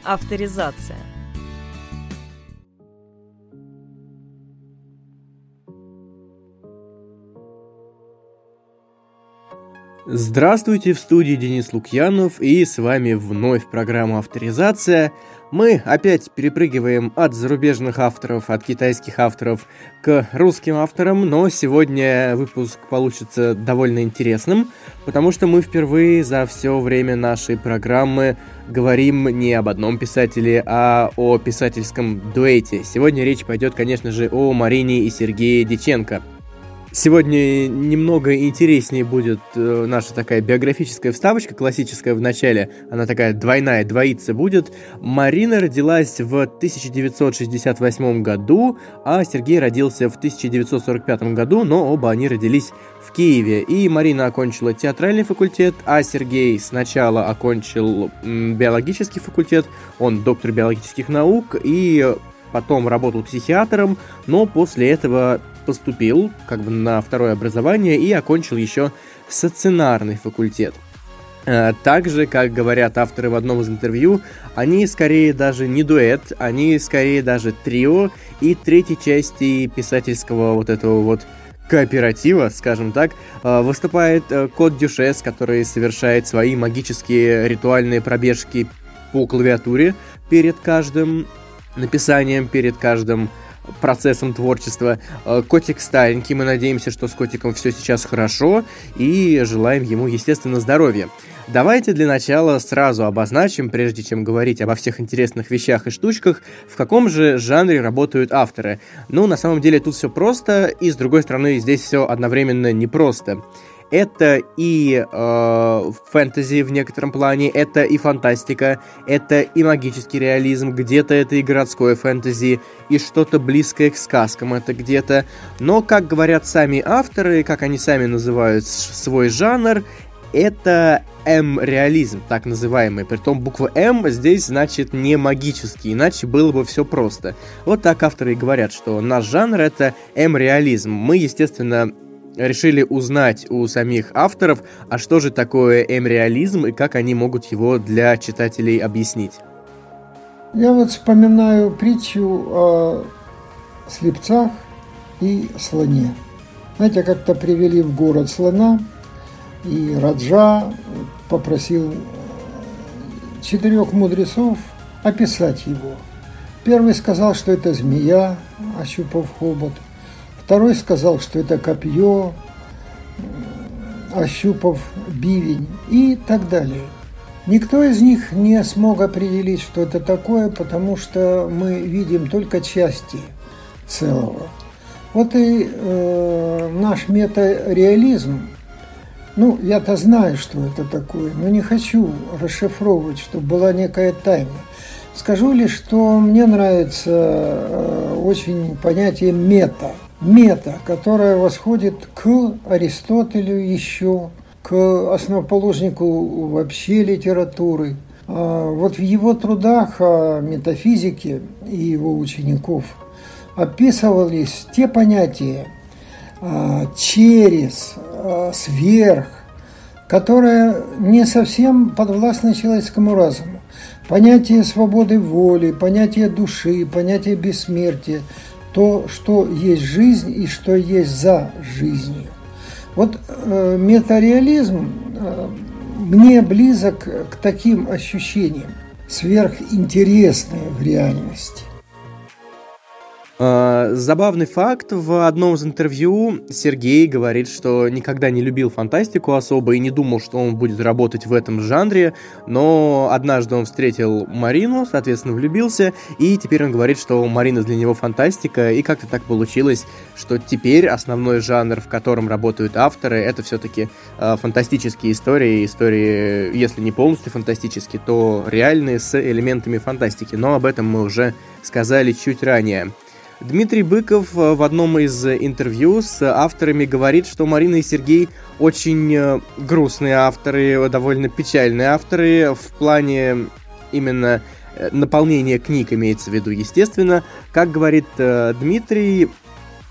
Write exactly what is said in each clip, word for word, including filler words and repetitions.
Авторизация. Здравствуйте, в студии Денис Лукьянов, и с вами вновь программа «Авторизация». Мы опять перепрыгиваем от зарубежных авторов, от китайских авторов к русским авторам, но сегодня выпуск получится довольно интересным, потому что мы впервые за все время нашей программы говорим не об одном писателе, а о писательском дуэте. Сегодня речь пойдет, конечно же, о Марине и Сергее Дьяченко. Сегодня немного интереснее будет э, наша такая биографическая вставочка, классическая в начале, она такая двойная, двоится будет. Марина родилась в тысяча девятьсот шестьдесят восьмом году, а Сергей родился в тысяча девятьсот сорок пятом году, но оба они родились в Киеве. И Марина окончила театральный факультет, а Сергей сначала окончил м, биологический факультет, он доктор биологических наук, и потом работал психиатром, но после этого поступил как бы на второе образование и окончил еще сценарный факультет. Также, как говорят авторы в одном из интервью, они скорее даже не дуэт, они скорее даже трио, и третьей части писательского вот этого вот кооператива, скажем так, выступает Кот Дюшес, который совершает свои магические ритуальные пробежки по клавиатуре перед каждым написанием, перед каждым процессом творчества. Котик старенький, мы надеемся, что с котиком все сейчас хорошо, и желаем ему, естественно, здоровья. Давайте для начала сразу обозначим, прежде чем говорить обо всех интересных вещах и штучках, в каком же жанре работают авторы. Ну, на самом деле тут все просто, и с другой стороны здесь все одновременно непросто. Это и э, фэнтези в некотором плане, это и фантастика, это и магический реализм, где-то это и городское фэнтези, и что-то близкое к сказкам это где-то. Но, как говорят сами авторы, как они сами называют свой жанр, это М-реализм, так называемый. Притом буква М здесь значит не магический, иначе было бы все просто. Вот так авторы и говорят, что наш жанр это М-реализм. Мы, естественно, решили узнать у самих авторов, а что же такое М-реализм и как они могут его для читателей объяснить. Я вот вспоминаю притчу о слепцах и слоне. Знаете, как-то привели в город слона, и Раджа попросил четырех мудрецов описать его. Первый сказал, что это змея, ощупав хобот. Второй сказал, что это копье, ощупав бивень и так далее. Никто из них не смог определить, что это такое, потому что мы видим только части целого. Вот и э, наш метареализм, ну, я-то знаю, что это такое, но не хочу расшифровывать, чтобы была некая тайна. Скажу лишь, что мне нравится э, очень понятие мета. Мета, которая восходит к Аристотелю еще, к основоположнику вообще литературы. Вот в его трудах о метафизике и его учеников описывались те понятия через, сверх, которые не совсем подвластны человеческому разуму. Понятие свободы воли, понятие души, понятие бессмертия, то, что есть жизнь и что есть за жизнью. Вот э, метареализм э, мне близок к таким ощущениям, сверхинтересные в реальности. Забавный факт, в одном из интервью Сергей говорит, что никогда не любил фантастику особо и не думал, что он будет работать в этом жанре, но однажды он встретил Марину, соответственно, влюбился, и теперь он говорит, что Марина для него фантастика, и как-то так получилось, что теперь основной жанр, в котором работают авторы, это все-таки э, фантастические истории, истории, если не полностью фантастические, то реальные с элементами фантастики, но об этом мы уже сказали чуть ранее. Дмитрий Быков в одном из интервью с авторами говорит, что Марина и Сергей очень грустные авторы, довольно печальные авторы в плане именно наполнения книг, имеется в виду, естественно. Как говорит Дмитрий,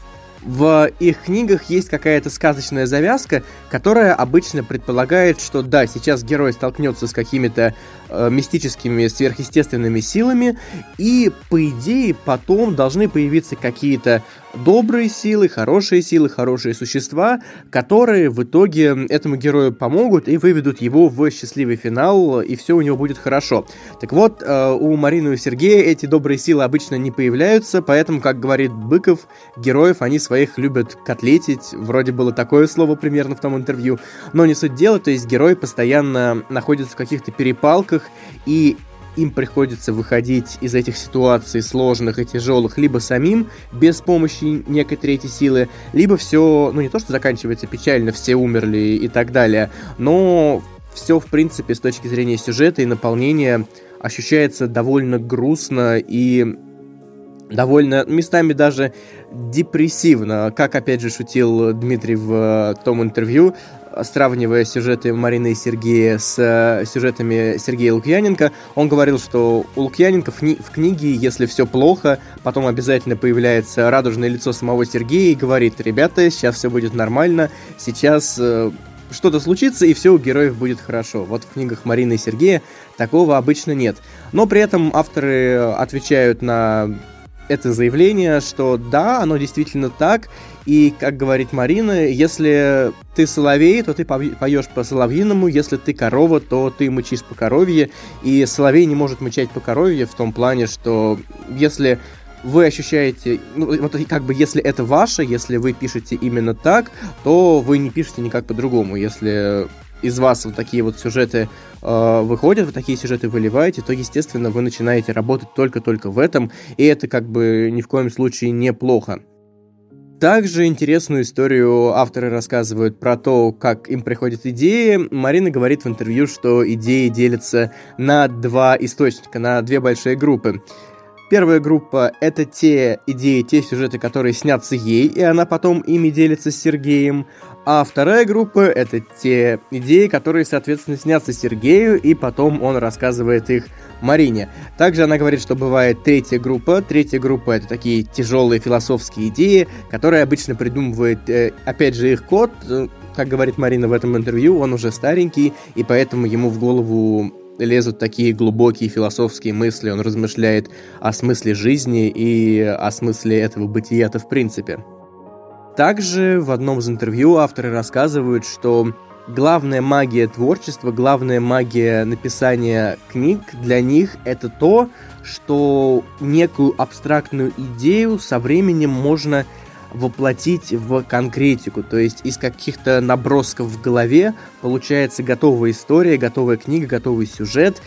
В их книгах есть какая-то сказочная завязка, которая обычно предполагает, что да, сейчас герой столкнется с какими-то э, мистическими сверхъестественными силами, и, по идее, потом должны появиться какие-то добрые силы, хорошие силы, хорошие существа, которые в итоге этому герою помогут и выведут его в счастливый финал, и все у него будет хорошо. Так вот, э, у Марины и Сергея эти добрые силы обычно не появляются, поэтому, как говорит Быков, героев они своих любят котлетить, вроде было такое слово примерно в том интервью, но не суть дела, то есть герой постоянно находится в каких-то перепалках, и им приходится выходить из этих ситуаций сложных и тяжелых либо самим, без помощи некой третьей силы, либо все, ну не то что заканчивается печально, все умерли и так далее, но все, в принципе, с точки зрения сюжета и наполнения ощущается довольно грустно и довольно, местами даже депрессивно, как, опять же, шутил Дмитрий в том интервью, сравнивая сюжеты Марины и Сергея с сюжетами Сергея Лукьяненко. Он говорил, что у Лукьяненко в, кни- в книге, если все плохо, потом обязательно появляется радужное лицо самого Сергея и говорит: ребята, сейчас все будет нормально, сейчас э, что-то случится, и все у героев будет хорошо. Вот в книгах Марины и Сергея такого обычно нет. Но при этом авторы отвечают на это заявление, что да, оно действительно так, и, как говорит Марина, если ты соловей, то ты поешь по-соловьиному, если ты корова, то ты мычишь по коровье, и соловей не может мычать по коровье в том плане, что если вы ощущаете, ну, вот как бы если это ваше, если вы пишете именно так, то вы не пишете никак по-другому. Если из вас вот такие вот сюжеты э, выходят, вы такие сюжеты выливаете, то, естественно, вы начинаете работать только-только в этом, и это как бы ни в коем случае неплохо. Также интересную историю авторы рассказывают про то, как им приходят идеи. Марина говорит в интервью, что идеи делятся на два источника, на две большие группы. Первая группа — это те идеи, те сюжеты, которые снятся ей, и она потом ими делится с Сергеем. А вторая группа — это те идеи, которые, соответственно, снятся Сергею, и потом он рассказывает их Марине. Также она говорит, что бывает третья группа. Третья группа — это такие тяжелые философские идеи, которые обычно придумывает, э, опять же, их кот. Как говорит Марина в этом интервью, он уже старенький, и поэтому ему в голову лезут такие глубокие философские мысли. Он размышляет о смысле жизни и о смысле этого бытия-то в принципе. Также в одном из интервью авторы рассказывают, что главная магия творчества, главная магия написания книг для них — это то, что некую абстрактную идею со временем можно воплотить в конкретику, то есть из каких-то набросков в голове получается готовая история, готовая книга, готовый сюжет.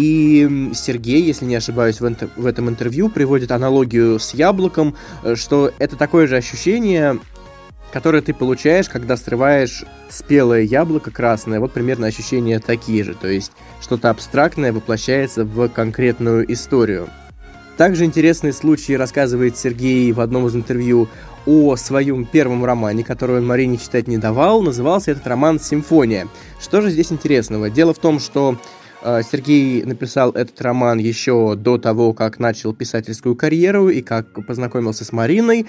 И Сергей, если не ошибаюсь, в, интер- в этом интервью приводит аналогию с яблоком, что это такое же ощущение, которое ты получаешь, когда срываешь спелое яблоко красное. Вот примерно ощущения такие же, то есть что-то абстрактное воплощается в конкретную историю. Также интересные случаи рассказывает Сергей в одном из интервью о своем первом романе, который он Марине читать не давал. Назывался этот роман «Симфония». Что же здесь интересного? Дело в том, что э, Сергей написал этот роман еще до того, как начал писательскую карьеру и как познакомился с Мариной.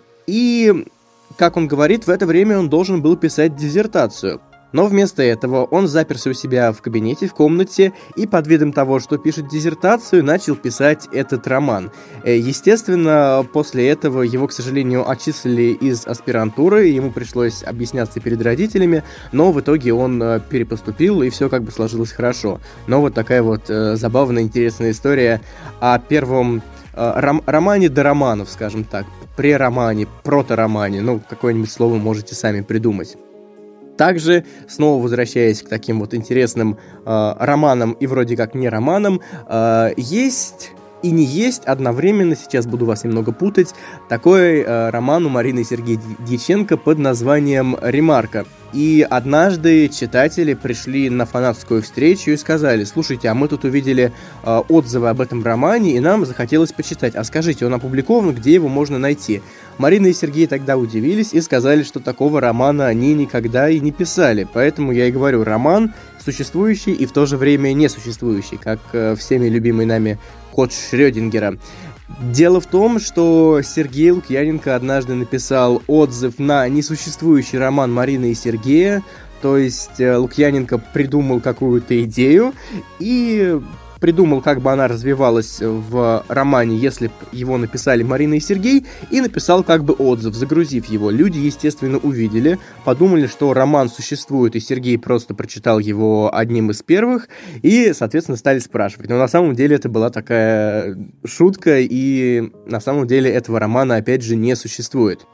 И, как он говорит, в это время он должен был писать диссертацию. Но вместо этого он заперся у себя в кабинете, в комнате, и под видом того, что пишет диссертацию, начал писать этот роман. Естественно, после этого его, к сожалению, отчислили из аспирантуры, ему пришлось объясняться перед родителями, но в итоге он перепоступил, и все как бы сложилось хорошо. Но вот такая вот забавная, интересная история о первом ром- романе до романов, скажем так, преромане, проторомане, ну, какое-нибудь слово можете сами придумать. Также, снова возвращаясь к таким вот интересным э, романам и вроде как не романам, э, есть и не есть одновременно, сейчас буду вас немного путать, такой э, роман у Марины и Сергея Дьяченко под названием «Ремарка». И однажды читатели пришли на фанатскую встречу и сказали: слушайте, а мы тут увидели э, отзывы об этом романе, и нам захотелось почитать. А скажите, он опубликован, где его можно найти? Марина и Сергей тогда удивились и сказали, что такого романа они никогда и не писали. Поэтому я и говорю, роман существующий и в то же время несуществующий, как э, всеми любимый нами кот Шрёдингера. Дело в том, что Сергей Лукьяненко однажды написал отзыв на несуществующий роман Марины и Сергея, то есть Лукьяненко придумал какую-то идею и придумал, как бы она развивалась в романе, если бы его написали Марина и Сергей, и написал как бы отзыв, загрузив его. Люди, естественно, увидели, подумали, что роман существует, и Сергей просто прочитал его одним из первых, и, соответственно, стали спрашивать. Но на самом деле это была такая шутка, и на самом деле этого романа, опять же, не существует.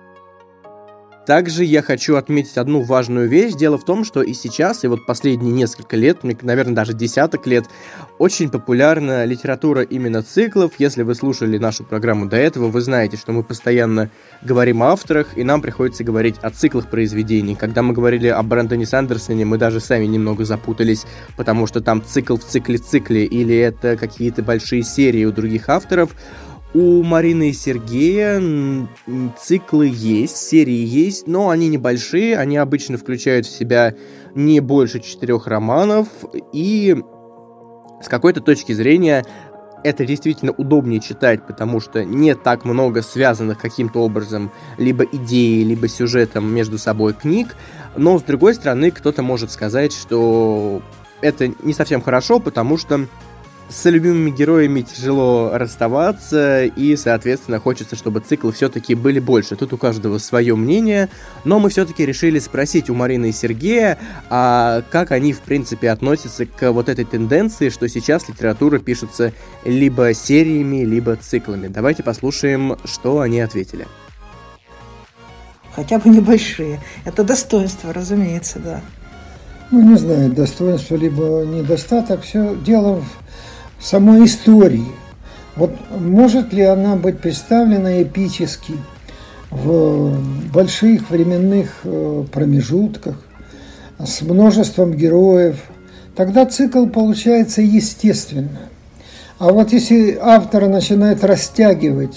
Также я хочу отметить одну важную вещь. Дело в том, что и сейчас, и вот последние несколько лет, наверное, даже десяток лет, очень популярна литература именно циклов. Если вы слушали нашу программу до этого, вы знаете, что мы постоянно говорим о авторах, и нам приходится говорить о циклах произведений. Когда мы говорили о Брэндоне Сандерсоне, мы даже сами немного запутались, потому что там цикл в цикле в цикле, или это какие-то большие серии у других авторов. У Марины и Сергея циклы есть, серии есть, но они небольшие, они обычно включают в себя не больше четырех романов, и с какой-то точки зрения это действительно удобнее читать, потому что не так много связанных каким-то образом либо идеей, либо сюжетом между собой книг, но с другой стороны кто-то может сказать, что это не совсем хорошо, потому что с любимыми героями тяжело расставаться, и, соответственно, хочется, чтобы циклы все-таки были больше. Тут у каждого свое мнение, но мы все-таки решили спросить у Марины и Сергея, а как они, в принципе, относятся к вот этой тенденции, что сейчас литература пишется либо сериями, либо циклами. Давайте послушаем, что они ответили. Хотя бы небольшие. Это достоинство, разумеется, да. Ну, не знаю, достоинство либо недостаток. Все дело в самой истории. Вот может ли она быть представлена эпически в больших временных промежутках с множеством героев? Тогда цикл получается естественно. А вот если автор начинает растягивать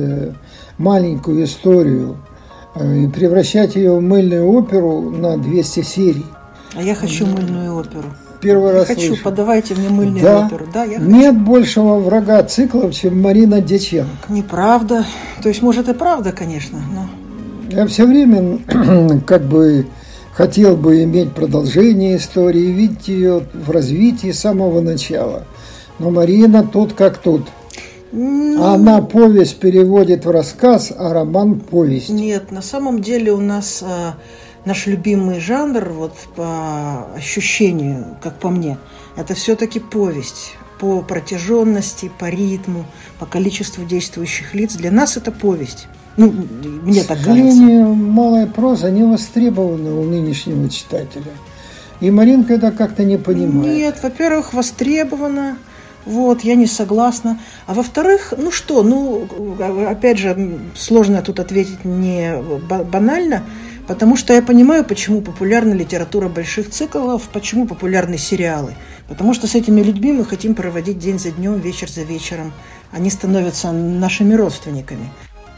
маленькую историю и превращать ее в мыльную оперу на двести серий. А я хочу мыльную оперу. Первый раз хочу, слышу. Подавайте мне мыльную да. оперу. Да, я Нет хочу. большего врага циклов, чем Марина Дьяченко. Неправда. То есть, может, и правда, конечно, но... Я все время как бы хотел бы иметь продолжение истории, видеть ее в развитии с самого начала. Но Марина тут как тут. Ну... Она повесть переводит в рассказ, а роман – повесть. Нет, на самом деле у нас... Наш любимый жанр, вот по ощущению, как по мне, это все-таки повесть. По протяженности, по ритму, по количеству действующих лиц. Для нас это повесть. Ну, мне так кажется. К сожалению, малая проза не востребована у нынешнего читателя. И Маринка это как-то не понимает. Нет, во-первых, востребована. Вот, я не согласна. А во-вторых, ну что, ну, опять же, сложно тут ответить не банально, потому что я понимаю, почему популярна литература больших циклов, почему популярны сериалы. Потому что с этими людьми мы хотим проводить день за днем, вечер за вечером. Они становятся нашими родственниками.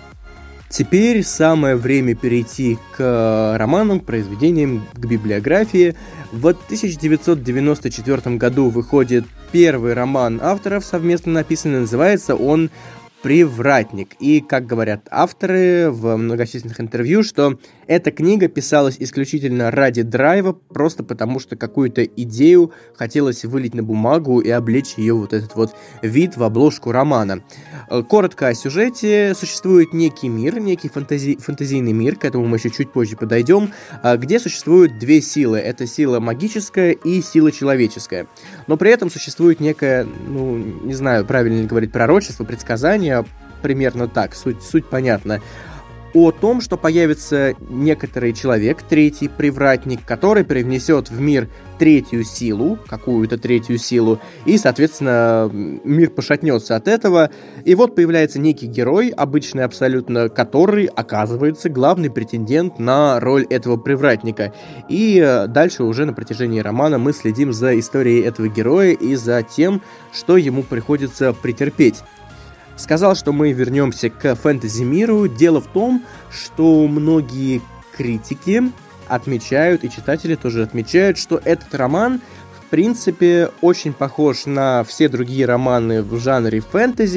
Теперь самое время перейти к романам, к произведениям, к библиографии. В тысяча девятьсот девяносто четвёртом году выходит первый роман авторов, совместно написанный, называется он «Привратник». И, как говорят авторы в многочисленных интервью, что эта книга писалась исключительно ради драйва, просто потому что какую-то идею хотелось вылить на бумагу и облечь ее вот этот вот вид в обложку романа. Коротко о сюжете. Существует некий мир, некий фантази- фантазийный мир, к этому мы еще чуть позже подойдем, где существуют две силы. Это сила магическая и сила человеческая. Но при этом существует некое, ну, не знаю, правильно ли говорить, пророчество, предсказание, примерно так, суть, суть понятна, о том, что появится некоторый человек, третий привратник, который привнесет в мир третью силу, какую-то третью силу, и, соответственно, мир пошатнется от этого. И вот появляется некий герой, обычный абсолютно, который оказывается главный претендент на роль этого привратника. И дальше уже на протяжении романа мы следим за историей этого героя и за тем, что ему приходится претерпеть. Сказал, что мы вернемся к фэнтези-миру. Дело в том, что многие критики отмечают, и читатели тоже отмечают, что этот роман, в принципе, очень похож на все другие романы в жанре фэнтези,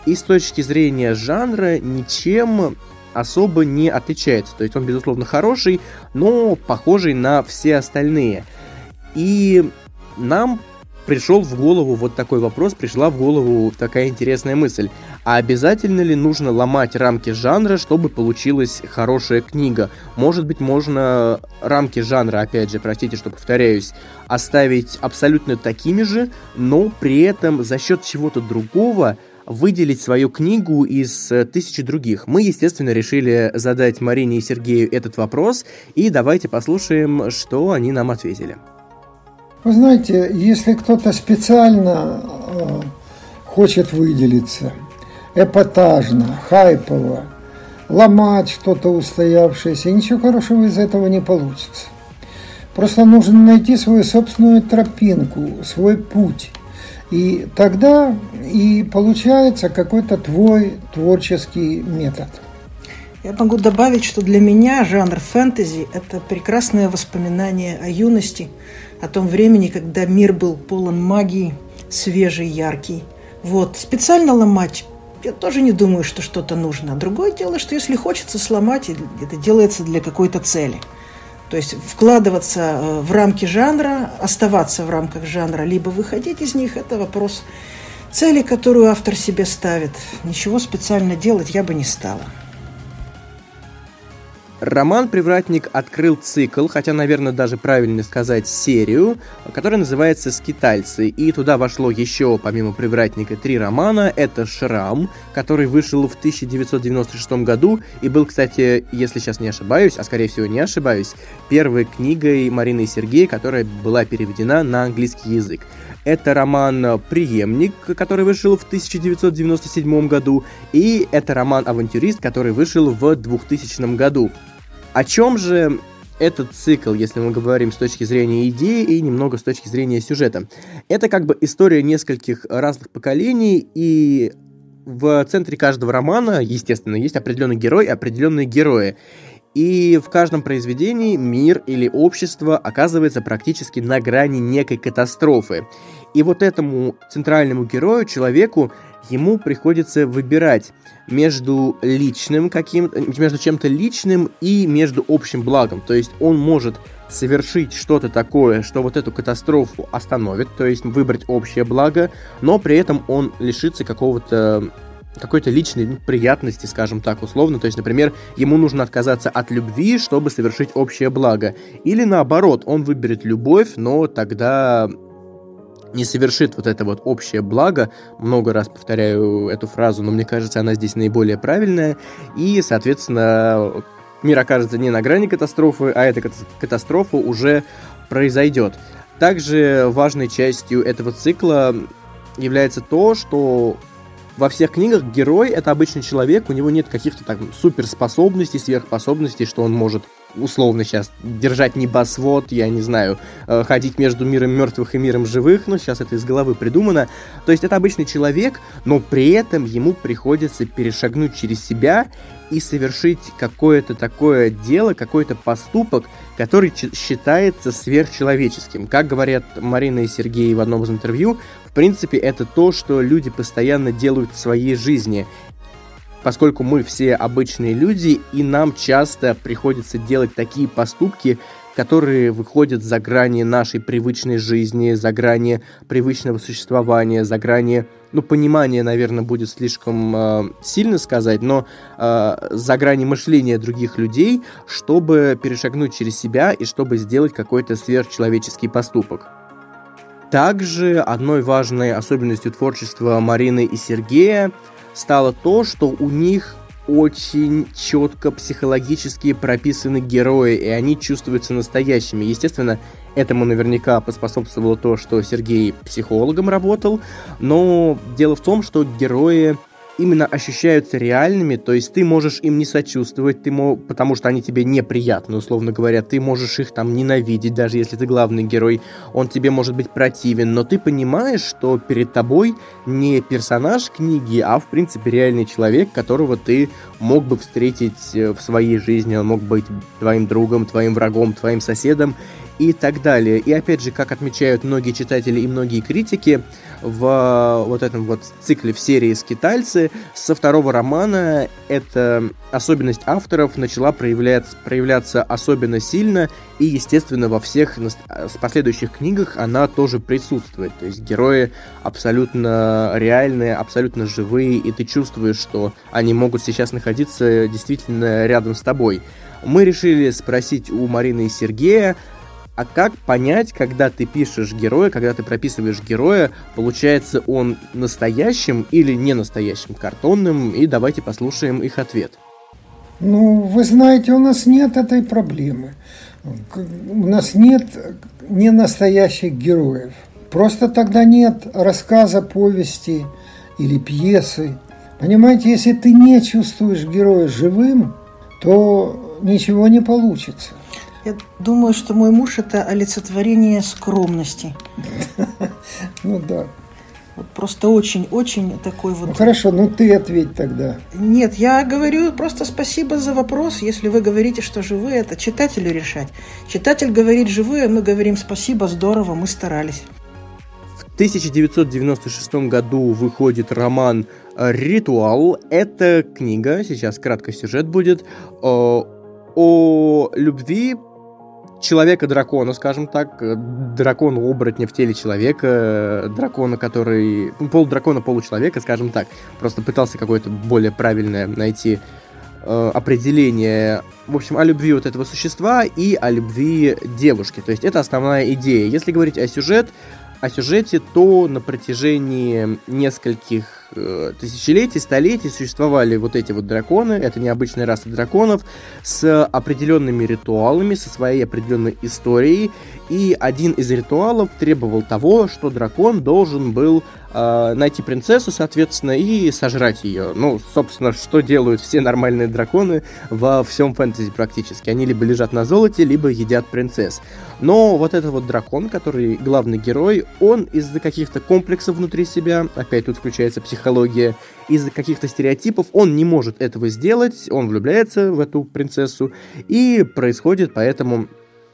и с точки зрения жанра ничем особо не отличается. То есть он, безусловно, хороший, но похожий на все остальные. И нам пришел в голову вот такой вопрос, пришла в голову такая интересная мысль. А обязательно ли нужно ломать рамки жанра, чтобы получилась хорошая книга? Может быть, можно рамки жанра, опять же, простите, что повторяюсь, оставить абсолютно такими же, но при этом за счет чего-то другого выделить свою книгу из тысячи других. Мы, естественно, решили задать Марине и Сергею этот вопрос, и давайте послушаем, что они нам ответили. Вы знаете, если кто-то специально э, хочет выделиться, эпатажно, хайпово, ломать что-то устоявшееся, ничего хорошего из этого не получится. Просто нужно найти свою собственную тропинку, свой путь. И тогда и получается какой-то твой творческий метод. Я могу добавить, что для меня жанр фэнтези – это прекрасное воспоминание о юности, о том времени, когда мир был полон магии, свежий, яркий. Вот. Специально ломать я тоже не думаю, что что-то нужно. Другое дело, что если хочется сломать, это делается для какой-то цели. То есть вкладываться в рамки жанра, оставаться в рамках жанра, либо выходить из них – это вопрос цели, которую автор себе ставит. Ничего специально делать я бы не стала. Роман «Привратник» открыл цикл, хотя, наверное, даже правильно сказать серию, которая называется «Скитальцы». И туда вошло еще, помимо «Привратника», три романа. Это «Шрам», который вышел в тысяча девятьсот девяносто шестом году и был, кстати, если сейчас не ошибаюсь, а скорее всего не ошибаюсь, первой книгой Марины и Сергея, которая была переведена на английский язык. Это роман «Преемник», который вышел в тысяча девятьсот девяносто седьмом году, и это роман «Авантюрист», который вышел в двухтысячном году. О чем же этот цикл, если мы говорим с точки зрения идеи и немного с точки зрения сюжета? Это как бы история нескольких разных поколений, и в центре каждого романа, естественно, есть определенный герой и определенные герои. И в каждом произведении мир или общество оказывается практически на грани некой катастрофы. И вот этому центральному герою, человеку, ему приходится выбирать между личным каким, между чем-то личным и между общим благом. То есть он может совершить что-то такое, что вот эту катастрофу остановит, то есть выбрать общее благо, но при этом он лишится какого-то какой-то личной приятности, скажем так, условно. То есть, например, ему нужно отказаться от любви, чтобы совершить общее благо. Или наоборот, он выберет любовь, но тогда не совершит вот это вот общее благо. Много раз повторяю эту фразу, но мне кажется, она здесь наиболее правильная. И, соответственно, мир окажется не на грани катастрофы, а эта катастрофа уже произойдет. Также важной частью этого цикла является то, что во всех книгах герой — это обычный человек, у него нет каких-то там суперспособностей, сверхспособностей, что он может условно сейчас держать небосвод, я не знаю, ходить между миром мертвых и миром живых, но сейчас это из головы придумано. То есть это обычный человек, но при этом ему приходится перешагнуть через себя и совершить какое-то такое дело, какой-то поступок, который считается сверхчеловеческим. Как говорят Марина и Сергей в одном из интервью, в принципе, это то, что люди постоянно делают в своей жизни. Поскольку мы все обычные люди, и нам часто приходится делать такие поступки, которые выходят за грани нашей привычной жизни, за грани привычного существования, за грани, ну, понимания, наверное, будет слишком э, сильно сказать, но э, за грани мышления других людей, чтобы перешагнуть через себя и чтобы сделать какой-то сверхчеловеческий поступок. Также одной важной особенностью творчества Марины и Сергея стало то, что у них очень четко психологически прописаны герои, и они чувствуются настоящими. Естественно, этому наверняка поспособствовало то, что Сергей психологом работал, но дело в том, что герои именно ощущаются реальными, то есть ты можешь им не сочувствовать, ты мо... потому что они тебе неприятны, условно говоря, ты можешь их там ненавидеть, даже если ты главный герой, он тебе может быть противен, но ты понимаешь, что перед тобой не персонаж книги, а в принципе реальный человек, которого ты мог бы встретить в своей жизни, он мог быть твоим другом, твоим врагом, твоим соседом, и так далее. И опять же, как отмечают многие читатели и многие критики, в вот этом вот цикле в серии «Скитальцы» со второго романа эта особенность авторов начала проявляться, проявляться особенно сильно, и, естественно, во всех последующих книгах она тоже присутствует. То есть герои абсолютно реальные, абсолютно живые, и ты чувствуешь, что они могут сейчас находиться действительно рядом с тобой. Мы решили спросить у Марины и Сергея, а как понять, когда ты пишешь героя, когда ты прописываешь героя, получается он настоящим или не настоящим, картонным? И давайте послушаем их ответ. Ну, вы знаете, у нас нет этой проблемы. У нас нет ненастоящих героев. Просто тогда нет рассказа, повести или пьесы. Понимаете, если ты не чувствуешь героя живым, то ничего не получится. Я думаю, что мой муж – это олицетворение скромности. Ну да. Вот просто очень-очень такой вот... Ну хорошо, ну ты ответь тогда. Нет, я говорю просто спасибо за вопрос. Если вы говорите, что живые, это читателю решать. Читатель говорит живые, мы говорим спасибо, здорово, мы старались. В тысяча девятьсот девяносто шестом году выходит роман «Ритуал». Это книга, сейчас кратко сюжет будет, о, о любви человека-дракона, скажем так, дракона-оборотня в теле человека, дракона, который... полудракона, получеловека, скажем так. Просто пытался какое-то более правильное найти э, определение, в общем, о любви вот этого существа и о любви девушки. То есть это основная идея. Если говорить о сюжете, о сюжете, то на протяжении нескольких э, тысячелетий, столетий существовали вот эти вот драконы, это необычная раса драконов, с определенными ритуалами, со своей определенной историей, и один из ритуалов требовал того, что дракон должен был э, найти принцессу, соответственно, и сожрать ее. Ну, собственно, что делают все нормальные драконы во всем фэнтези практически. Они либо лежат на золоте, либо едят принцесс. Но вот этот вот дракон, который главный герой, он из-за каких-то комплексов внутри себя, опять тут включается психология, из-за каких-то стереотипов, он не может этого сделать, он влюбляется в эту принцессу, и происходит поэтому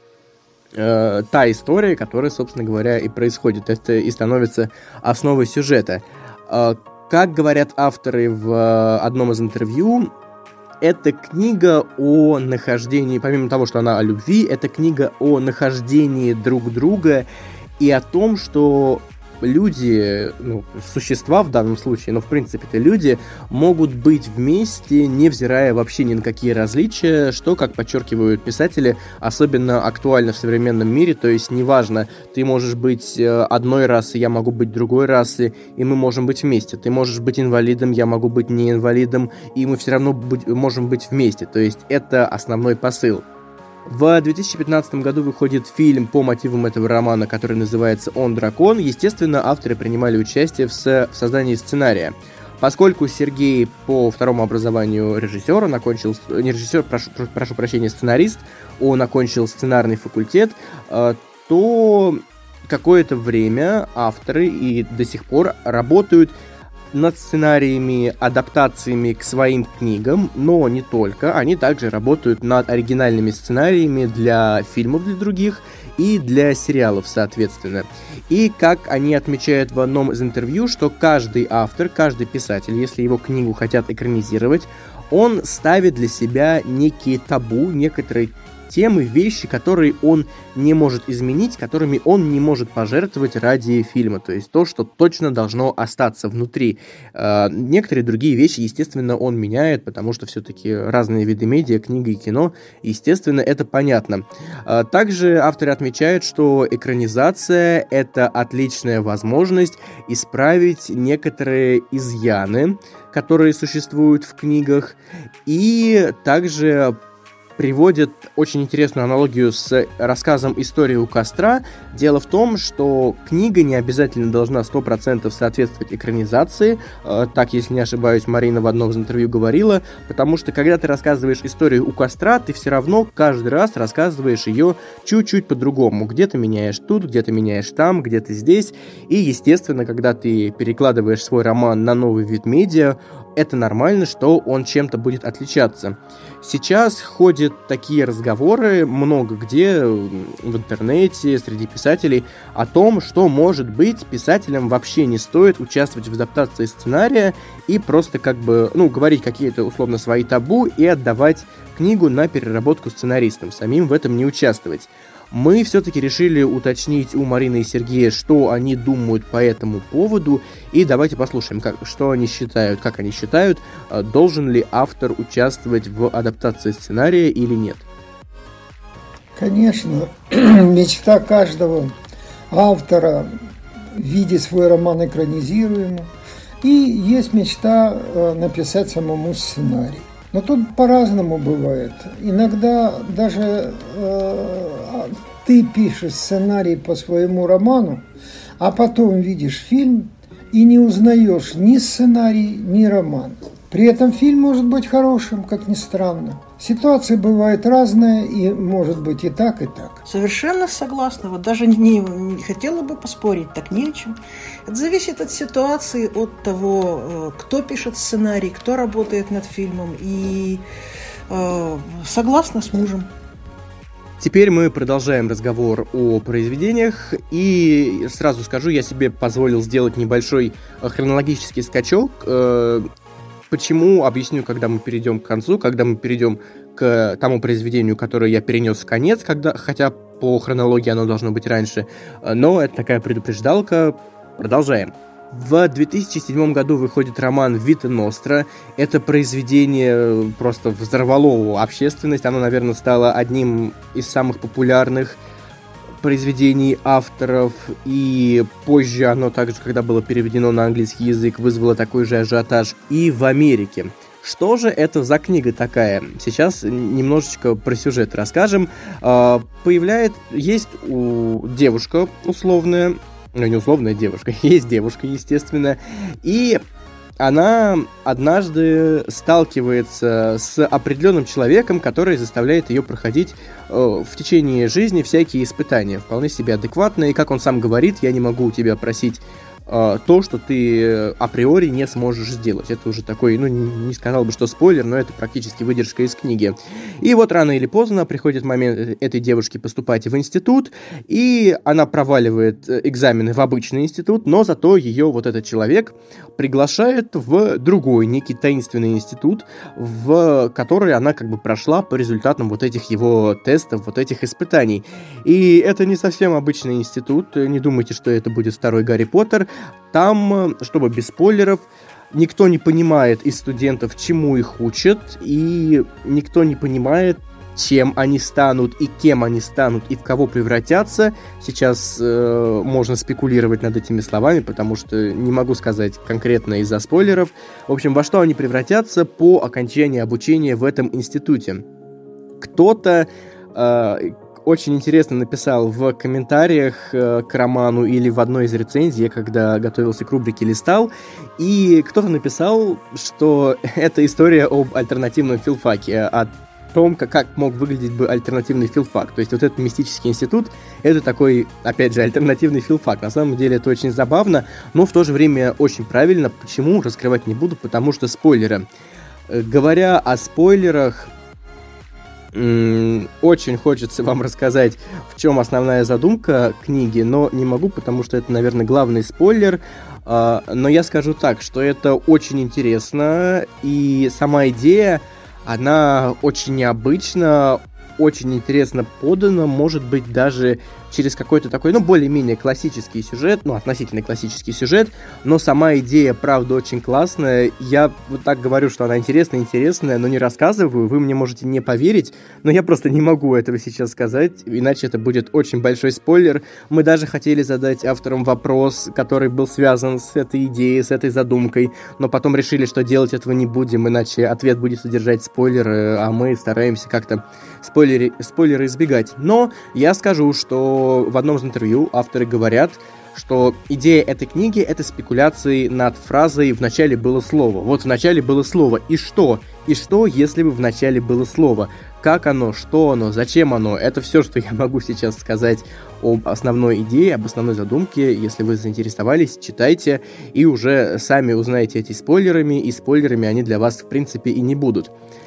э, та история, которая, собственно говоря, и происходит, это и становится основой сюжета. Э, как говорят авторы в одном из интервью, это книга о нахождении, помимо того, что она о любви, это книга о нахождении друг друга и о том, что люди, ну, существа в данном случае, но в принципе это люди, могут быть вместе, невзирая вообще ни на какие различия, что, как подчеркивают писатели, особенно актуально в современном мире, то есть неважно, ты можешь быть одной расы, я могу быть другой расы, и мы можем быть вместе, ты можешь быть инвалидом, я могу быть не инвалидом, и мы все равно быть, можем быть вместе, то есть это основной посыл. В две тысячи пятнадцатом году выходит фильм по мотивам этого романа, который называется «Он дракон». Естественно, авторы принимали участие в, со- в создании сценария. Поскольку Сергей по второму образованию режиссер, он окончил... Не режиссер, прошу, прошу прощения, сценарист, он окончил сценарный факультет, э, то какое-то время авторы и до сих пор работают над сценариями, адаптациями к своим книгам, но не только. Они также работают над оригинальными сценариями для фильмов, для других и для сериалов, соответственно. И как они отмечают в одном из интервью, что каждый автор, каждый писатель, если его книгу хотят экранизировать, он ставит для себя некие табу, некоторые темы, вещи, которые он не может изменить, которыми он не может пожертвовать ради фильма. То есть то, что точно должно остаться внутри. Э, некоторые другие вещи, естественно, он меняет, потому что все-таки разные виды медиа, книга и кино, естественно, это понятно. Э, также авторы отмечают, что экранизация — это отличная возможность исправить некоторые изъяны, которые существуют в книгах, и также приводят очень интересную аналогию с рассказом «История у костра». Дело в том, что книга не обязательно должна сто процентов соответствовать экранизации. Так, если не ошибаюсь, Марина в одном из интервью говорила, потому что, когда ты рассказываешь историю у костра, ты все равно каждый раз рассказываешь ее чуть-чуть по-другому. Где-то меняешь тут, где-то меняешь там, где-то здесь. И, естественно, когда ты перекладываешь свой роман на новый вид медиа, это нормально, что он чем-то будет отличаться. Сейчас ходят такие разговоры много где в интернете, среди писателей, о том, что, может быть, писателям вообще не стоит участвовать в адаптации сценария и просто как бы, ну, говорить какие-то условно свои табу и отдавать книгу на переработку сценаристам, самим в этом не участвовать. Мы все-таки решили уточнить у Марины и Сергея, что они думают по этому поводу, и давайте послушаем, как, что они считают, как они считают, должен ли автор участвовать в адаптации сценария или нет. Конечно, мечта каждого автора видеть свой роман экранизируемым, и есть мечта написать самому сценарий. Но тут по-разному бывает. Иногда даже э, ты пишешь сценарий по своему роману, а потом видишь фильм и не узнаешь ни сценарий, ни роман. При этом фильм может быть хорошим, как ни странно. Ситуации бывают разные, и может быть и так, и так. Совершенно согласна. Вот даже не, не хотела бы поспорить, так не о чем. Это зависит от ситуации, от того, кто пишет сценарий, кто работает над фильмом. И э, согласна с мужем. Теперь мы продолжаем разговор о произведениях, и сразу скажу, я себе позволил сделать небольшой хронологический скачок. Почему, объясню, когда мы перейдем к концу, когда мы перейдем к тому произведению, которое я перенес в конец, когда, хотя по хронологии оно должно быть раньше, но это такая предупреждалка. Продолжаем. В две тысячи седьмом году выходит роман «Вита Ностра». Это произведение просто взорвало общественность. Оно, наверное, стало одним из самых популярных произведений авторов, и позже оно также, когда было переведено на английский язык, вызвало такой же ажиотаж и в Америке. Что же это за книга такая? Сейчас немножечко про сюжет расскажем. Появляется, есть у девушка условная, ну не условная девушка, есть девушка, естественно, и она однажды сталкивается с определенным человеком, который заставляет ее проходить э, в течение жизни всякие испытания, вполне себе адекватные. И как он сам говорит, я не могу у тебя просить э, то, что ты априори не сможешь сделать. Это уже такой, ну, не сказал бы, что спойлер, но это практически выдержка из книги. И вот рано или поздно приходит момент этой девушки поступать в институт, и она проваливает экзамены в обычный институт, но зато ее вот этот человек приглашает в другой, некий таинственный институт, в который она как бы прошла по результатам вот этих его тестов, вот этих испытаний. И это не совсем обычный институт, не думайте, что это будет второй Гарри Поттер. Там, чтобы без спойлеров, никто не понимает из студентов, чему их учат, и никто не понимает, чем они станут и кем они станут и в кого превратятся. Сейчас э, можно спекулировать над этими словами, потому что не могу сказать конкретно из-за спойлеров. В общем, во что они превратятся по окончании обучения в этом институте. Кто-то э, очень интересно написал в комментариях э, к роману или в одной из рецензий, когда готовился к рубрике «Листал», и кто-то написал, что это история об альтернативном филфаке, о том, как, как мог выглядеть бы альтернативный филфак. То есть вот этот мистический институт, это такой, опять же, альтернативный филфак. На самом деле это очень забавно, но в то же время очень правильно. Почему? Раскрывать не буду, потому что спойлеры. Говоря о спойлерах, м- очень хочется вам рассказать, в чем основная задумка книги, но не могу, потому что это, наверное, главный спойлер. Uh, но я скажу так, что это очень интересно, и сама идея, она очень необычна, очень интересно подана, может быть, даже через какой-то такой, ну, более-менее классический сюжет, ну, относительно классический сюжет, но сама идея, правда, очень классная. Я вот так говорю, что она интересная, интересная, но не рассказываю, вы мне можете не поверить, но я просто не могу этого сейчас сказать, иначе это будет очень большой спойлер. Мы даже хотели задать авторам вопрос, который был связан с этой идеей, с этой задумкой, но потом решили, что делать этого не будем, иначе ответ будет содержать спойлеры, а мы стараемся как-то спойлеры, спойлеры избегать. Но я скажу, что в одном из интервью авторы говорят, что идея этой книги — это спекуляции над фразой «в начале было слово». Вот в начале было слово, и что? И что, если бы в начале было слово? Как оно, что оно, зачем оно? Это все, что я могу сейчас сказать об основной идее, об основной задумке. Если вы заинтересовались, читайте и уже сами узнаете эти спойлерами, и спойлерами они для вас, в принципе, и не будут.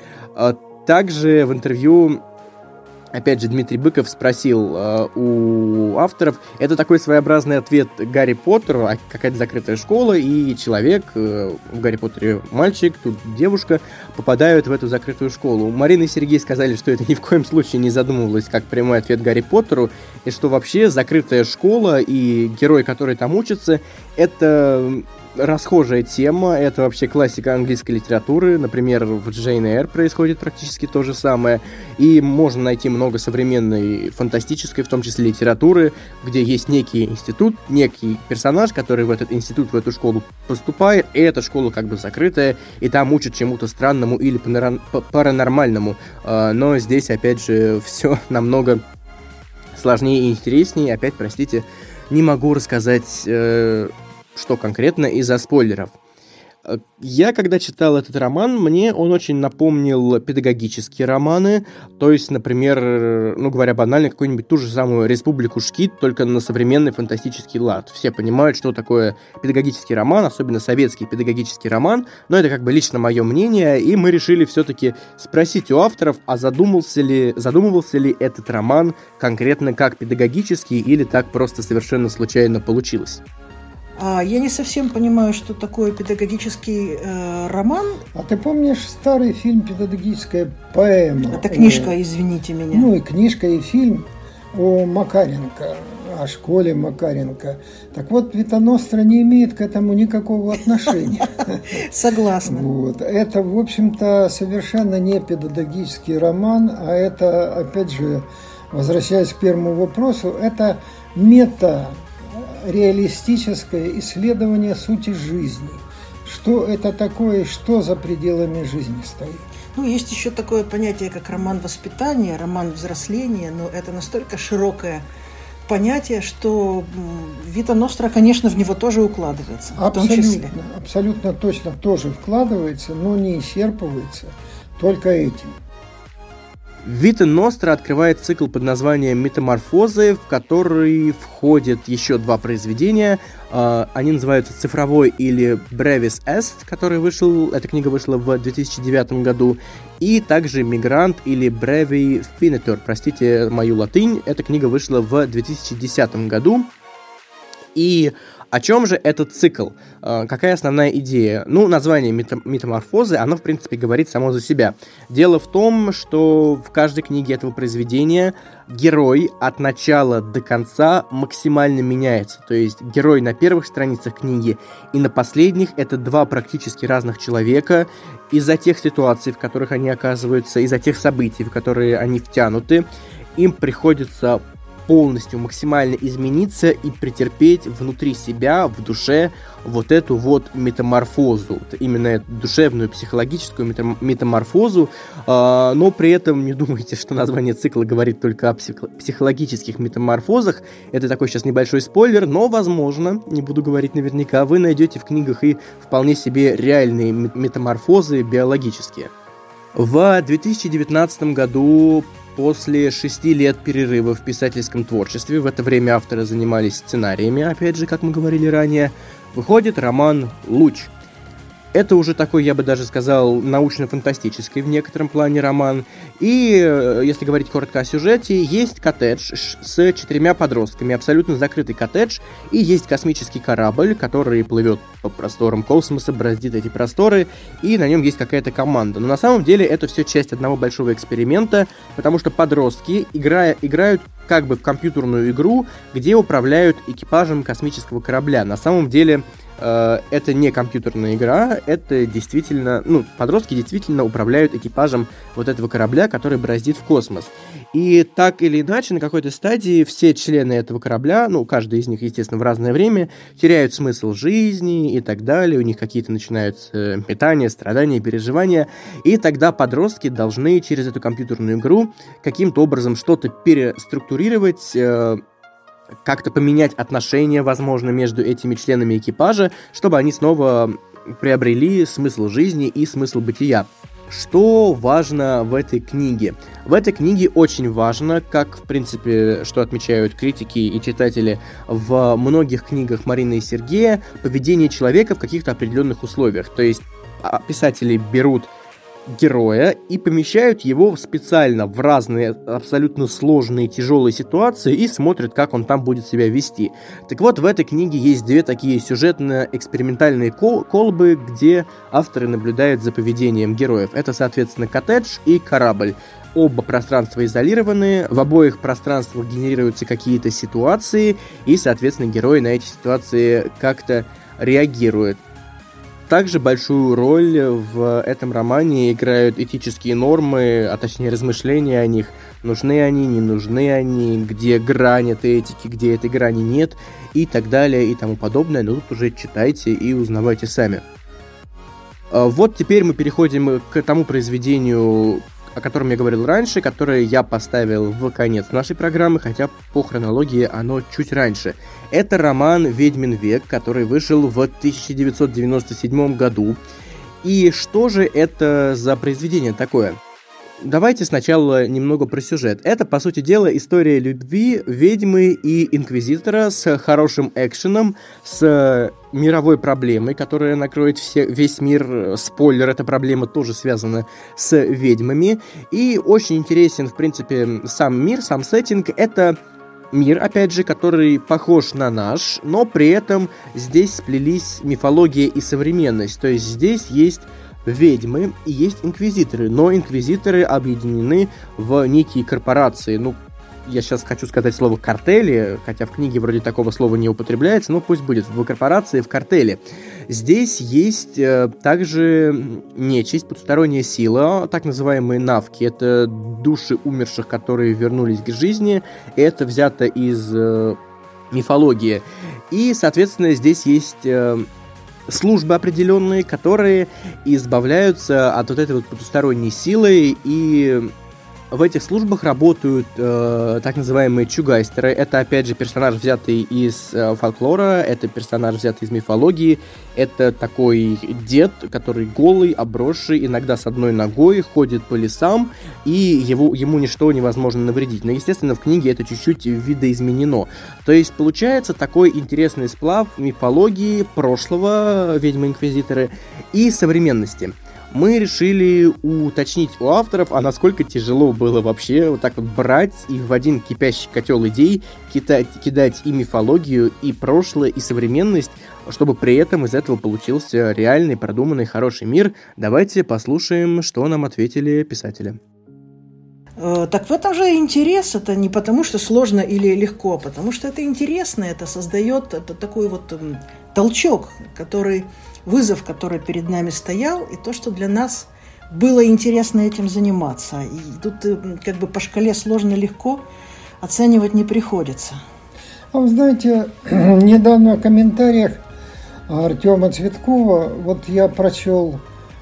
Также в интервью, опять же, Дмитрий Быков спросил э, у авторов, это такой своеобразный ответ Гарри Поттеру, какая-то закрытая школа, и человек, э, в Гарри Поттере мальчик, тут девушка, попадают в эту закрытую школу. Марина и Сергей сказали, что это ни в коем случае не задумывалось как прямой ответ Гарри Поттеру, и что вообще закрытая школа и герой, который там учится, это расхожая тема, это вообще классика английской литературы, например, в Джейн Эйр происходит практически то же самое, и можно найти много современной фантастической, в том числе литературы, где есть некий институт, некий персонаж, который в этот институт, в эту школу поступает, и эта школа как бы закрытая, и там учат чему-то странному или паранормальному, но здесь, опять же, все намного сложнее и интереснее, опять, простите, не могу рассказать что конкретно из-за спойлеров. Я, когда читал этот роман, мне он очень напомнил педагогические романы, то есть, например, ну, говоря банально, какую-нибудь ту же самую «Республику Шкид», только на современный фантастический лад. Все понимают, что такое педагогический роман, особенно советский педагогический роман, но это как бы лично мое мнение, и мы решили все-таки спросить у авторов, а задумался ли, задумывался ли этот роман конкретно как педагогический или так просто совершенно случайно получилось. А я не совсем понимаю, что такое педагогический э, роман. А ты помнишь старый фильм «Педагогическая поэма»? Это книжка, о... извините меня. Ну и книжка, и фильм о Макаренко, о школе Макаренко. Так вот, Вита Ностра не имеет к этому никакого отношения. Согласна. Вот. Это, в общем-то, совершенно не педагогический роман, а это, опять же, возвращаясь к первому вопросу, это мета реалистическое исследование сути жизни. Что это такое и что за пределами жизни стоит? Ну, есть еще такое понятие, как роман воспитания, роман взросления, но это настолько широкое понятие, что Вита Ностра, конечно, в него тоже укладывается. Абсолютно, в том числе. Абсолютно точно тоже вкладывается, но не исчерпывается только этим. Вита Ностра открывает цикл под названием «Метаморфозы», в который входят еще два произведения. Они называются «Цифровой» или «Brevis Est», который вышел, эта книга вышла в две тысячи девятом году, и также «Мигрант» или «Brevi Finitur», простите мою латынь, эта книга вышла в две тысячи десятом году. И о чем же этот цикл? Какая основная идея? Ну, название «Метаморфозы», оно, в принципе, говорит само за себя. Дело в том, что в каждой книге этого произведения герой от начала до конца максимально меняется. То есть герой на первых страницах книги и на последних — это два практически разных человека. Из-за тех ситуаций, в которых они оказываются, из-за тех событий, в которые они втянуты, им приходится полностью максимально измениться и претерпеть внутри себя, в душе, вот эту вот метаморфозу, именно эту душевную, психологическую метаморфозу, но при этом не думайте, что название цикла говорит только о психологических метаморфозах. Это такой сейчас небольшой спойлер, но, возможно, не буду говорить наверняка, вы найдете в книгах и вполне себе реальные метаморфозы биологические. В две тысячи девятнадцатом году, после шести лет перерыва в писательском творчестве, в это время авторы занимались сценариями, опять же, как мы говорили ранее, выходит роман «Луч». Это уже такой, я бы даже сказал, научно-фантастический в некотором плане роман. И, если говорить коротко о сюжете, есть коттедж с четырьмя подростками, абсолютно закрытый коттедж, и есть космический корабль, который плывет по просторам космоса, бороздит эти просторы, и на нем есть какая-то команда. Но на самом деле это все часть одного большого эксперимента, потому что подростки, играя, играют как бы в компьютерную игру, где управляют экипажем космического корабля. На самом деле э, это не компьютерная игра, это действительно, ну, подростки действительно управляют экипажем вот этого корабля, который бороздит в космос. И так или иначе, на какой-то стадии все члены этого корабля, ну, каждый из них, естественно, в разное время, теряют смысл жизни и так далее, у них какие-то начинаются метания, страдания, переживания, и тогда подростки должны через эту компьютерную игру каким-то образом что-то переструктурировать, э, как-то поменять отношения, возможно, между этими членами экипажа, чтобы они снова приобрели смысл жизни и смысл бытия. Что важно в этой книге? В этой книге очень важно, как, в принципе, что отмечают критики и читатели в многих книгах Марины и Сергея, поведение человека в каких-то определенных условиях. То есть писатели берут героя и помещают его специально в разные абсолютно сложные, тяжелые ситуации и смотрят, как он там будет себя вести. Так вот, в этой книге есть две такие сюжетно-экспериментальные кол- колбы, где авторы наблюдают за поведением героев. Это, соответственно, коттедж и корабль. Оба пространства изолированы, в обоих пространствах генерируются какие-то ситуации, и, соответственно, герои на эти ситуации как-то реагируют. Также большую роль в этом романе играют этические нормы, а точнее размышления о них. Нужны они, не нужны они, где грань этой этики, где этой грани нет, и так далее, и тому подобное. Но тут уже читайте и узнавайте сами. Вот теперь мы переходим к тому произведению, о котором я говорил раньше, которое я поставил в конец нашей программы, хотя по хронологии оно чуть раньше. Это роман «Ведьмин век», который вышел в тысяча девятьсот девяносто седьмом году. И что же это за произведение такое? Давайте сначала немного про сюжет. Это, по сути дела, история любви ведьмы и инквизитора с хорошим экшеном, с мировой проблемой, которая накроет все, весь мир. Спойлер, эта проблема тоже связана с ведьмами. И очень интересен, в принципе, сам мир, сам сеттинг. Это мир, опять же, который похож на наш, но при этом здесь сплелись мифология и современность. То есть здесь есть ведьмы и есть инквизиторы, но инквизиторы объединены в некие корпорации. Ну, я сейчас хочу сказать слово «картели», хотя в книге вроде такого слова не употребляется, но пусть будет в корпорации, в картеле. Здесь есть э, также нечисть, потусторонняя сила, так называемые навки. Это души умерших, которые вернулись к жизни. Это взято из э, мифологии. И, соответственно, здесь есть Э, службы определенные, которые избавляются от вот этой вот потусторонней силы, и в этих службах работают э, так называемые чугайстеры. Это, опять же, персонаж, взятый из э, фольклора, это персонаж, взятый из мифологии. Это такой дед, который голый, обросший, иногда с одной ногой, ходит по лесам, и его, ему ничто невозможно навредить. Но, естественно, в книге это чуть-чуть видоизменено. То есть, получается такой интересный сплав мифологии прошлого, ведьмы-инквизиторы, и современности. Мы решили уточнить у авторов, а насколько тяжело было вообще вот так вот брать и в один кипящий котел идей кидать, кидать и мифологию, и прошлое, и современность, чтобы при этом из этого получился реальный, продуманный, хороший мир. Давайте послушаем, что нам ответили писатели. Так в этом же интерес, это не потому, что сложно или легко, а потому что это интересно, это создает это такой вот толчок, который... вызов, который перед нами стоял, и то, что для нас было интересно этим заниматься. И тут как бы по шкале сложно-легко оценивать не приходится. А вы знаете, недавно в комментариях Артема Цветкова, вот я прочел,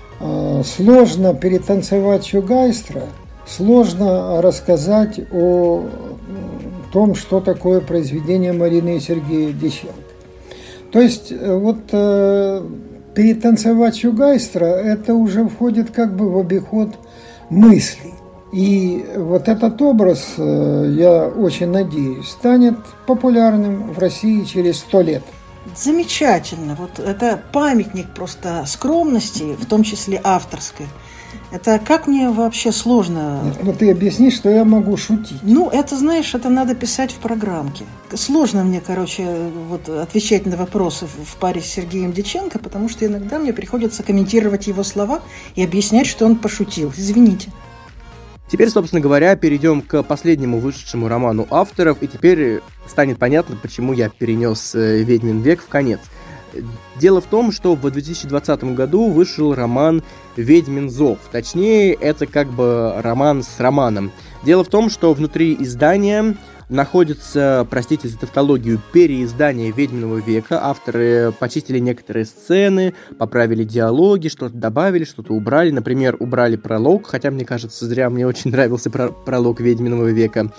сложно перетанцевать Чугайстера, сложно рассказать о том, что такое произведение Марины и Сергея Дьяченко. То есть вот перетанцевать Чугайстера, это уже входит как бы в обиход мыслей. И вот этот образ, я очень надеюсь, станет популярным в России через сто лет. Замечательно. Вот это памятник просто скромности, в том числе авторской. Это как мне вообще сложно... Ну, ты объясни, что я могу шутить. Ну, это, знаешь, это надо писать в программке. Сложно мне, короче, вот, отвечать на вопросы в паре с Сергеем Дьяченко, потому что иногда мне приходится комментировать его слова и объяснять, что он пошутил. Извините. Теперь, собственно говоря, перейдем к последнему вышедшему роману авторов, и теперь станет понятно, почему я перенес «Ведьмин век» в конец. Дело в том, что в две тысячи двадцатом году вышел роман «Ведьмин зов». Точнее, это как бы роман с романом. Дело в том, что внутри издания находится, простите за тавтологию, переиздание «Ведьминого века». Авторы почистили некоторые сцены, поправили диалоги, что-то добавили, что-то убрали. Например, убрали пролог, хотя, мне кажется, зря, мне очень нравился про- пролог «Ведьминого века».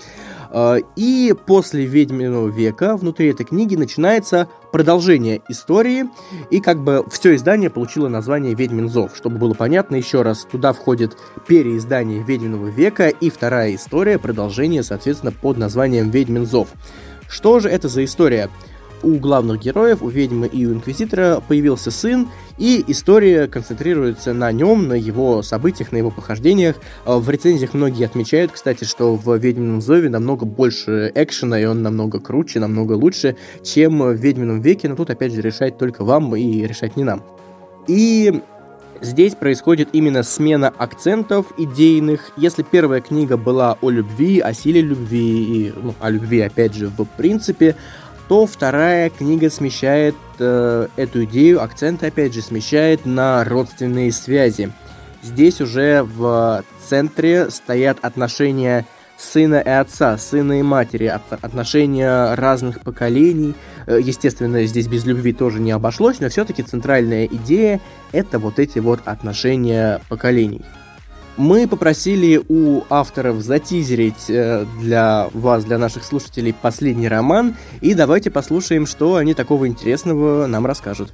И после «Ведьминого века» внутри этой книги начинается продолжение истории, и как бы все издание получило название «Ведьмин зов». Чтобы было понятно, еще раз, туда входит переиздание «Ведьминого века» и вторая история, продолжение, соответственно, под названием «Ведьмин зов». Что же это за история? У главных героев, у ведьмы и у инквизитора появился сын, и история концентрируется на нем, на его событиях, на его похождениях. В рецензиях многие отмечают, кстати, что в «Ведьмином зове» намного больше экшена, и он намного круче, намного лучше, чем в «Ведьмином веке», но тут, опять же, решать только вам и решать не нам. И здесь происходит именно смена акцентов идейных. Если первая книга была о любви, о силе любви, и, ну, о любви, опять же, в принципе, то вторая книга смещает э, эту идею, акценты, опять же, смещает на родственные связи. Здесь уже в центре стоят отношения сына и отца, сына и матери, от, отношения разных поколений. Естественно, здесь без любви тоже не обошлось, но все-таки центральная идея — это вот эти вот отношения поколений. Мы попросили у авторов затизерить для вас, для наших слушателей, последний роман, и давайте послушаем, что они такого интересного нам расскажут.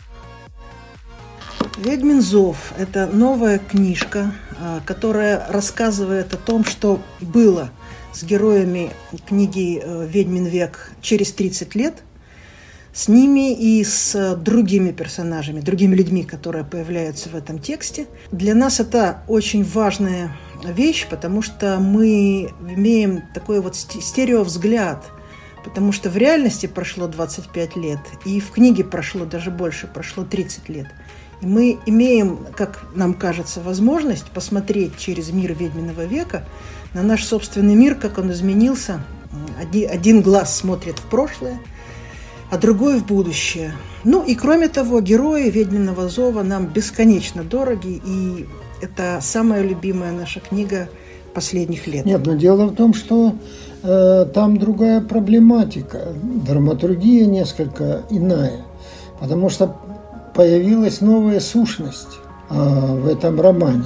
«Ведьмин зов» – это новая книжка, которая рассказывает о том, что было с героями книги «Ведьмин век» через тридцать лет, с ними и с другими персонажами, другими людьми, которые появляются в этом тексте. Для нас это очень важная вещь, потому что мы имеем такой вот стереовзгляд, потому что в реальности прошло двадцать пять лет, и в книге прошло даже больше, прошло тридцать лет. И мы имеем, как нам кажется, возможность посмотреть через мир Ведьминого века на наш собственный мир, как он изменился. Один глаз смотрит в прошлое, а другой в будущее. Ну и кроме того, герои «Ведьминого зова» нам бесконечно дороги, и это самая любимая наша книга последних лет. Нет, но дело в том, что э, там другая проблематика, драматургия несколько иная, потому что появилась новая сущность э, в этом романе.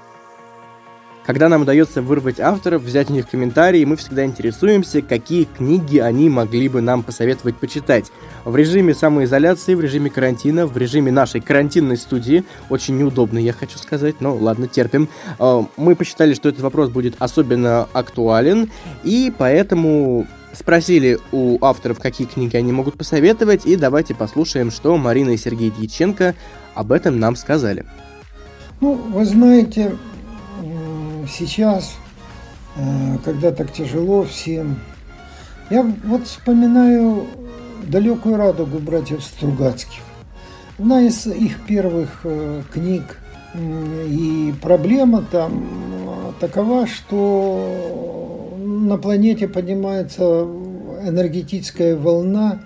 Когда нам удается вырвать авторов, взять у них комментарии, мы всегда интересуемся, какие книги они могли бы нам посоветовать почитать. В режиме самоизоляции, в режиме карантина, в режиме нашей карантинной студии, очень неудобно, я хочу сказать, но ладно, терпим. Мы посчитали, что этот вопрос будет особенно актуален, и поэтому спросили у авторов, какие книги они могут посоветовать, и давайте послушаем, что Марина и Сергей Дьяченко об этом нам сказали. Ну, вы знаете, сейчас, когда так тяжело всем, я вот вспоминаю «Далекую радугу» братьев Стругацких. Одна из их первых книг, и проблема там такова, что на планете поднимается энергетическая волна,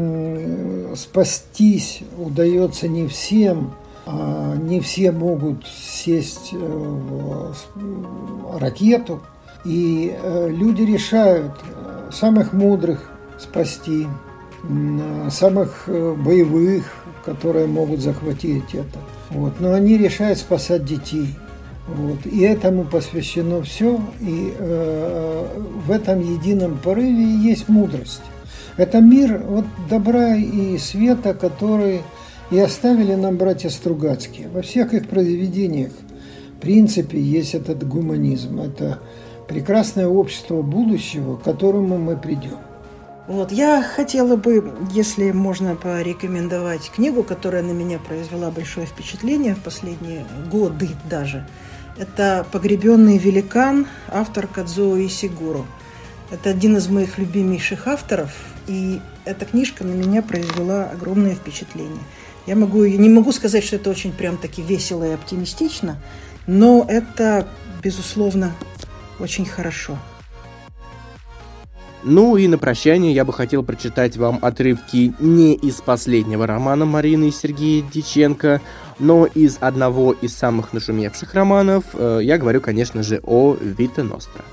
спастись удается не всем, не все могут сесть в ракету, и люди решают самых мудрых спасти, самых боевых, которые могут захватить это. Вот. Но они решают спасать детей. Вот. И этому посвящено все, и э, в этом едином порыве есть мудрость. Это мир вот добра и света, который и оставили нам братья Стругацкие. Во всех их произведениях, в принципе, есть этот гуманизм. Это прекрасное общество будущего, к которому мы придем. Вот, я хотела бы, если можно, порекомендовать книгу, которая на меня произвела большое впечатление в последние годы даже. Это «Погребенный великан», автор Кадзуо Исигуро. Это один из моих любимейших авторов, и эта книжка на меня произвела огромное впечатление. Я могу, не могу сказать, что это очень прям-таки весело и оптимистично, но это, безусловно, очень хорошо. Ну и на прощание я бы хотел прочитать вам отрывки не из последнего романа Марины и Сергея Дьяченко, но из одного из самых нашумевших романов. Я говорю, конечно же, о «Вита Ностра».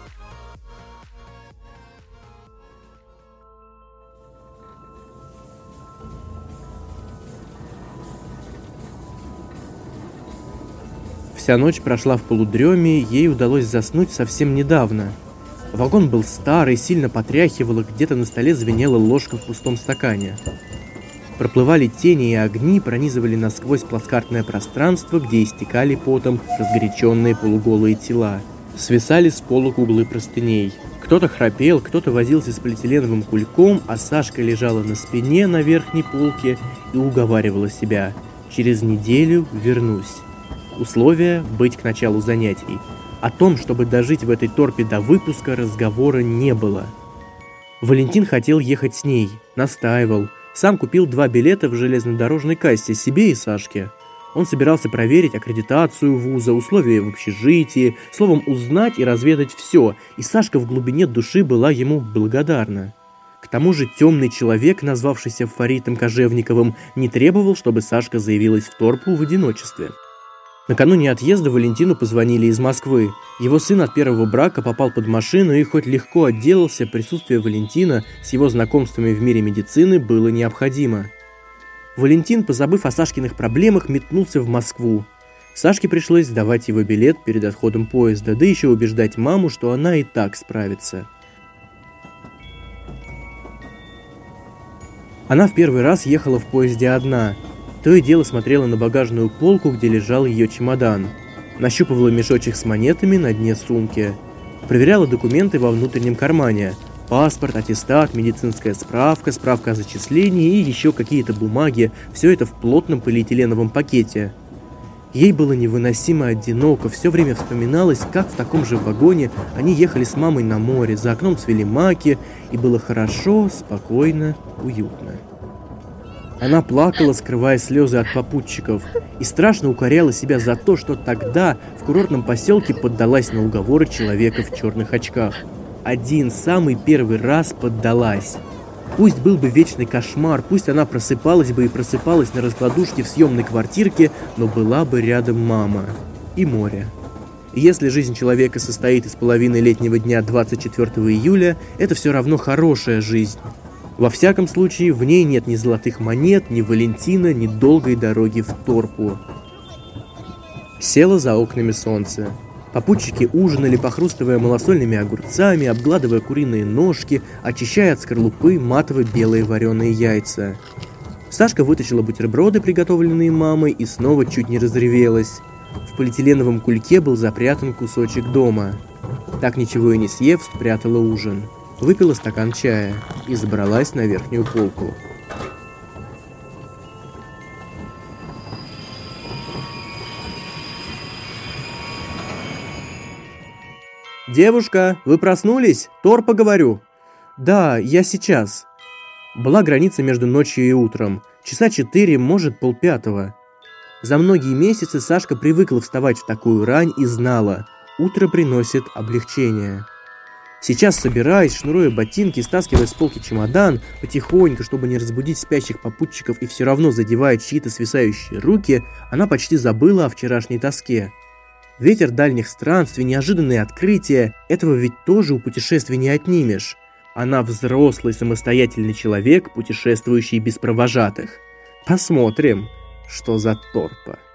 Вся ночь прошла в полудреме, ей удалось заснуть совсем недавно. Вагон был старый, сильно потряхивало, где-то на столе звенела ложка в пустом стакане. Проплывали тени и огни, пронизывали насквозь плацкартное пространство, где истекали потом разгоряченные полуголые тела. Свисали с полок углы простыней. Кто-то храпел, кто-то возился с полиэтиленовым кульком, а Сашка лежала на спине на верхней полке и уговаривала себя: «Через неделю вернусь». Условие – быть к началу занятий. О том, чтобы дожить в этой торпе до выпуска, разговора не было. Валентин хотел ехать с ней, настаивал. Сам купил два билета в железнодорожной кассе себе и Сашке. Он собирался проверить аккредитацию вуза, условия в общежитии, словом, узнать и разведать все, и Сашка в глубине души была ему благодарна. К тому же темный человек, назвавшийся Фаритом Кожевниковым, не требовал, чтобы Сашка заявилась в торпу в одиночестве. Накануне отъезда Валентину позвонили из Москвы. Его сын от первого брака попал под машину и хоть легко отделался, присутствие Валентина с его знакомствами в мире медицины было необходимо. Валентин, позабыв о Сашкиных проблемах, метнулся в Москву. Сашке пришлось сдавать его билет перед отходом поезда, да еще убеждать маму, что она и так справится. Она в первый раз ехала в поезде одна. То и дело смотрела на багажную полку, где лежал ее чемодан. Нащупывала мешочек с монетами на дне сумки. Проверяла документы во внутреннем кармане. Паспорт, аттестат, медицинская справка, справка о зачислении и еще какие-то бумаги. Все это в плотном полиэтиленовом пакете. Ей было невыносимо одиноко. Все время вспоминалось, как в таком же вагоне они ехали с мамой на море. За окном цвели маки, и было хорошо, спокойно, уютно. Она плакала, скрывая слезы от попутчиков, и страшно укоряла себя за то, что тогда в курортном поселке поддалась на уговоры человека в черных очках. Один, самый первый раз поддалась. Пусть был бы вечный кошмар, пусть она просыпалась бы и просыпалась на раскладушке в съемной квартирке, но была бы рядом мама и море. И если жизнь человека состоит из половины летнего дня двадцать четвёртого июля, это все равно хорошая жизнь. Во всяком случае, в ней нет ни золотых монет, ни Валентина, ни долгой дороги в торпу. Село за окнами солнце. Попутчики ужинали, похрустывая малосольными огурцами, обгладывая куриные ножки, очищая от скорлупы матово-белые вареные яйца. Сашка вытащила бутерброды, приготовленные мамой, и снова чуть не разревелась. В полиэтиленовом кульке был запрятан кусочек дома. Так ничего и не съев, спрятала ужин. Выпила стакан чая и забралась на верхнюю полку. «Девушка, вы проснулись? Торпа, говорю». «Да, я сейчас». Была граница между ночью и утром. Часа четыре, может, полпятого. За многие месяцы Сашка привыкла вставать в такую рань и знала, утро приносит облегчение. Сейчас, собираясь, шнуруя ботинки, стаскивая с полки чемодан, потихоньку, чтобы не разбудить спящих попутчиков и все равно задевая чьи-то свисающие руки, она почти забыла о вчерашней тоске. Ветер дальних странствий, неожиданные открытия, этого ведь тоже у путешествий не отнимешь. Она взрослый, самостоятельный человек, путешествующий без провожатых. Посмотрим, что за торпа.